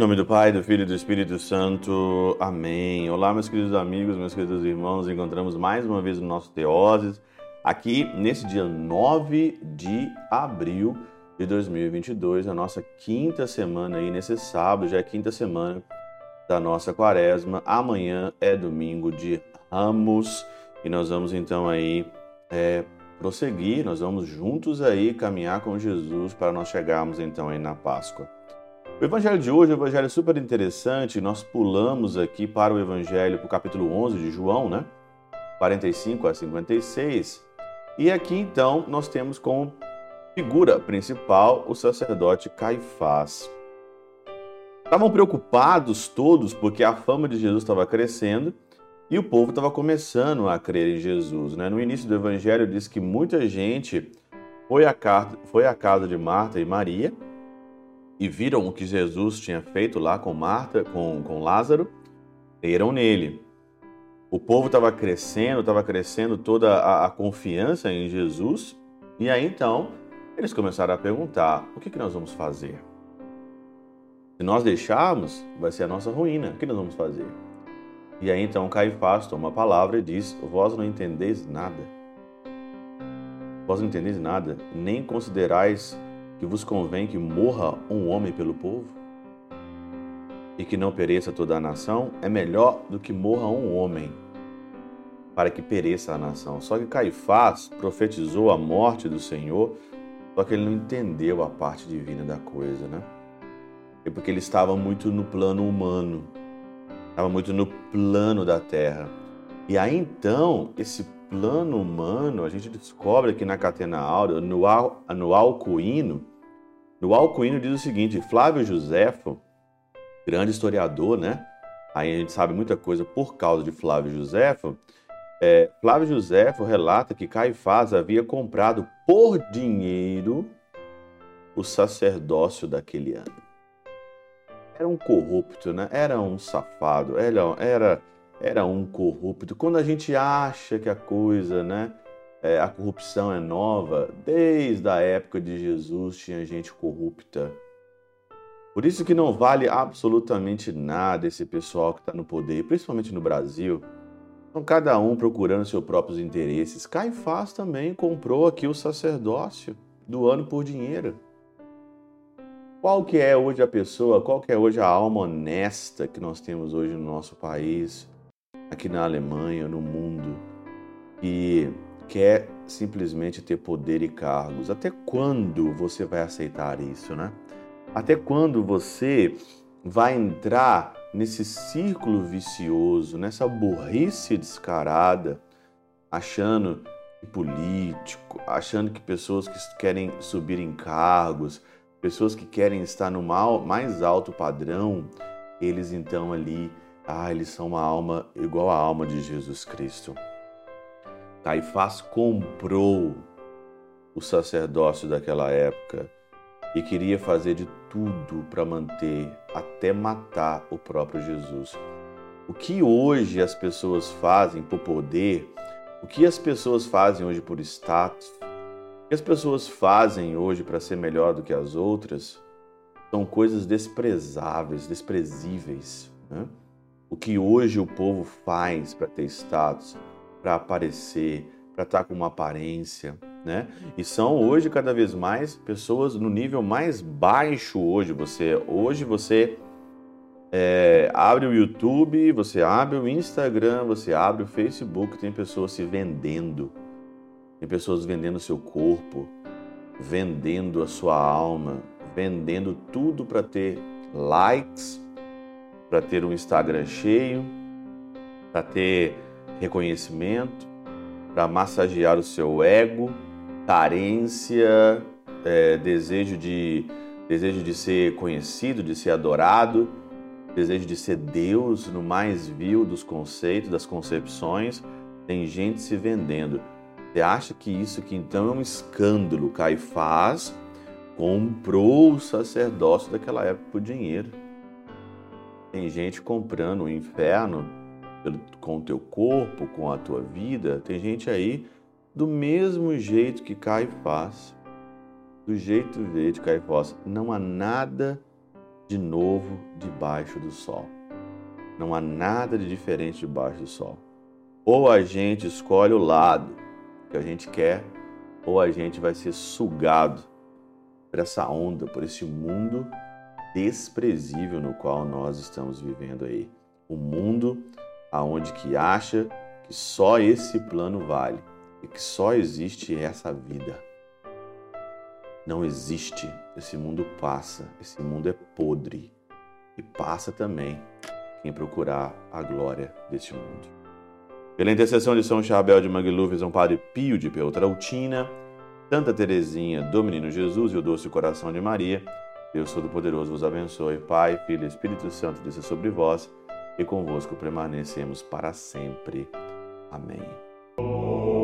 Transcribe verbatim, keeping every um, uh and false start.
nome do Pai, do Filho e do Espírito Santo. Amém. Olá, meus queridos amigos, meus queridos irmãos. Nos encontramos mais uma vez no nosso Teoses, aqui nesse dia nove de abril de dois mil e vinte e dois, a nossa quinta semana aí, nesse sábado, já é quinta semana da nossa quaresma. Amanhã é domingo de Ramos e nós vamos então aí é, prosseguir, nós vamos juntos aí caminhar com Jesus para nós chegarmos então aí na Páscoa. O evangelho de hoje é um evangelho super interessante. Nós pulamos aqui para o evangelho, para o capítulo onze de João, né? quarenta e cinco a cinquenta e seis. E aqui então nós temos como figura principal o sacerdote Caifás. Estavam preocupados todos porque a fama de Jesus estava crescendo e o povo estava começando a crer em Jesus, né? No início do evangelho diz que muita gente foi à casa, foi à casa de Marta e Maria e viram o que Jesus tinha feito lá com Marta, com, com Lázaro, creram nele. O povo estava crescendo, estava crescendo toda a, a confiança em Jesus, e aí então eles começaram a perguntar: o que, que nós vamos fazer? Se nós deixarmos, vai ser a nossa ruína, o que nós vamos fazer? E aí então Caifás toma a palavra e diz: vós não entendeis nada. Vós não entendeis nada, nem considerais que vos convém que morra um homem pelo povo e que não pereça toda a nação. É melhor do que morra um homem para que pereça a nação. Só que Caifás profetizou a morte do Senhor, só que ele não entendeu a parte divina da coisa, né? É porque ele estava muito no plano humano, estava muito no plano da terra. E aí então, esse plano humano, a gente descobre aqui na Catena Áurea, no, Al, no Alcuíno, no Alcuíno diz o seguinte: Flávio Joséfo, grande historiador, né? Aí a gente sabe muita coisa por causa de Flávio Joséfo. É, Flávio Joséfo relata que Caifás havia comprado por dinheiro o sacerdócio daquele ano. Era um corrupto, né? Era um safado, era, era, era um corrupto. Quando a gente acha que a coisa, né, é, a corrupção é nova, desde a época de Jesus tinha gente corrupta. Por isso que não vale absolutamente nada esse pessoal que está no poder, principalmente no Brasil. Então, cada um procurando seus próprios interesses. Caifás também comprou aqui o sacerdócio do ano por dinheiro. Qual que é hoje a pessoa, qual que é hoje a alma honesta que nós temos hoje no nosso país, aqui na Alemanha, no mundo, que quer simplesmente ter poder e cargos? Até quando você vai aceitar isso, né? Até quando você vai entrar nesse círculo vicioso, nessa burrice descarada, achando que político, achando que pessoas que querem subir em cargos, pessoas que querem estar no mais alto padrão, eles então ali, ah, eles são uma alma igual à alma de Jesus Cristo. Caifás comprou o sacerdócio daquela época e queria fazer de tudo para manter, até matar o próprio Jesus. O que hoje as pessoas fazem por poder, o que as pessoas fazem hoje por status, o que as pessoas fazem hoje para ser melhor do que as outras, são coisas desprezáveis, desprezíveis, né? O que hoje o povo faz para ter status, para aparecer, para estar com uma aparência, né? E são hoje cada vez mais pessoas no nível mais baixo hoje. Você, hoje você é, abre o YouTube, você abre o Instagram, você abre o Facebook, tem pessoas se vendendo. Tem pessoas vendendo o seu corpo, vendendo a sua alma, vendendo tudo para ter likes, para ter um Instagram cheio, para ter reconhecimento, para massagear o seu ego, carência, é, desejo de, desejo de ser conhecido, de ser adorado, desejo de ser Deus no mais vil dos conceitos, das concepções. Tem gente se vendendo. Você acha que isso aqui então é um escândalo? Caifás comprou o sacerdócio daquela época por dinheiro. Tem gente comprando o inferno com o teu corpo, com a tua vida. Tem gente aí do mesmo jeito que Caifás. Do jeito de Caifás. Não há nada de novo debaixo do sol. Não há nada de diferente debaixo do sol. Ou a gente escolhe o lado que a gente quer, ou a gente vai ser sugado por essa onda, por esse mundo desprezível no qual nós estamos vivendo aí. Um mundo aonde que acha que só esse plano vale e que só existe essa vida. Não existe. Esse mundo passa. Esse mundo é podre. E passa também quem procurar a glória deste mundo. Pela intercessão de São Chabel de Mangluf, São Padre Pio de Peltrautina, Santa Teresinha do Menino Jesus e o Doce Coração de Maria, Deus Todo-Poderoso vos abençoe. Pai, Filho e Espírito Santo, desça sobre vós e convosco permanecemos para sempre. Amém.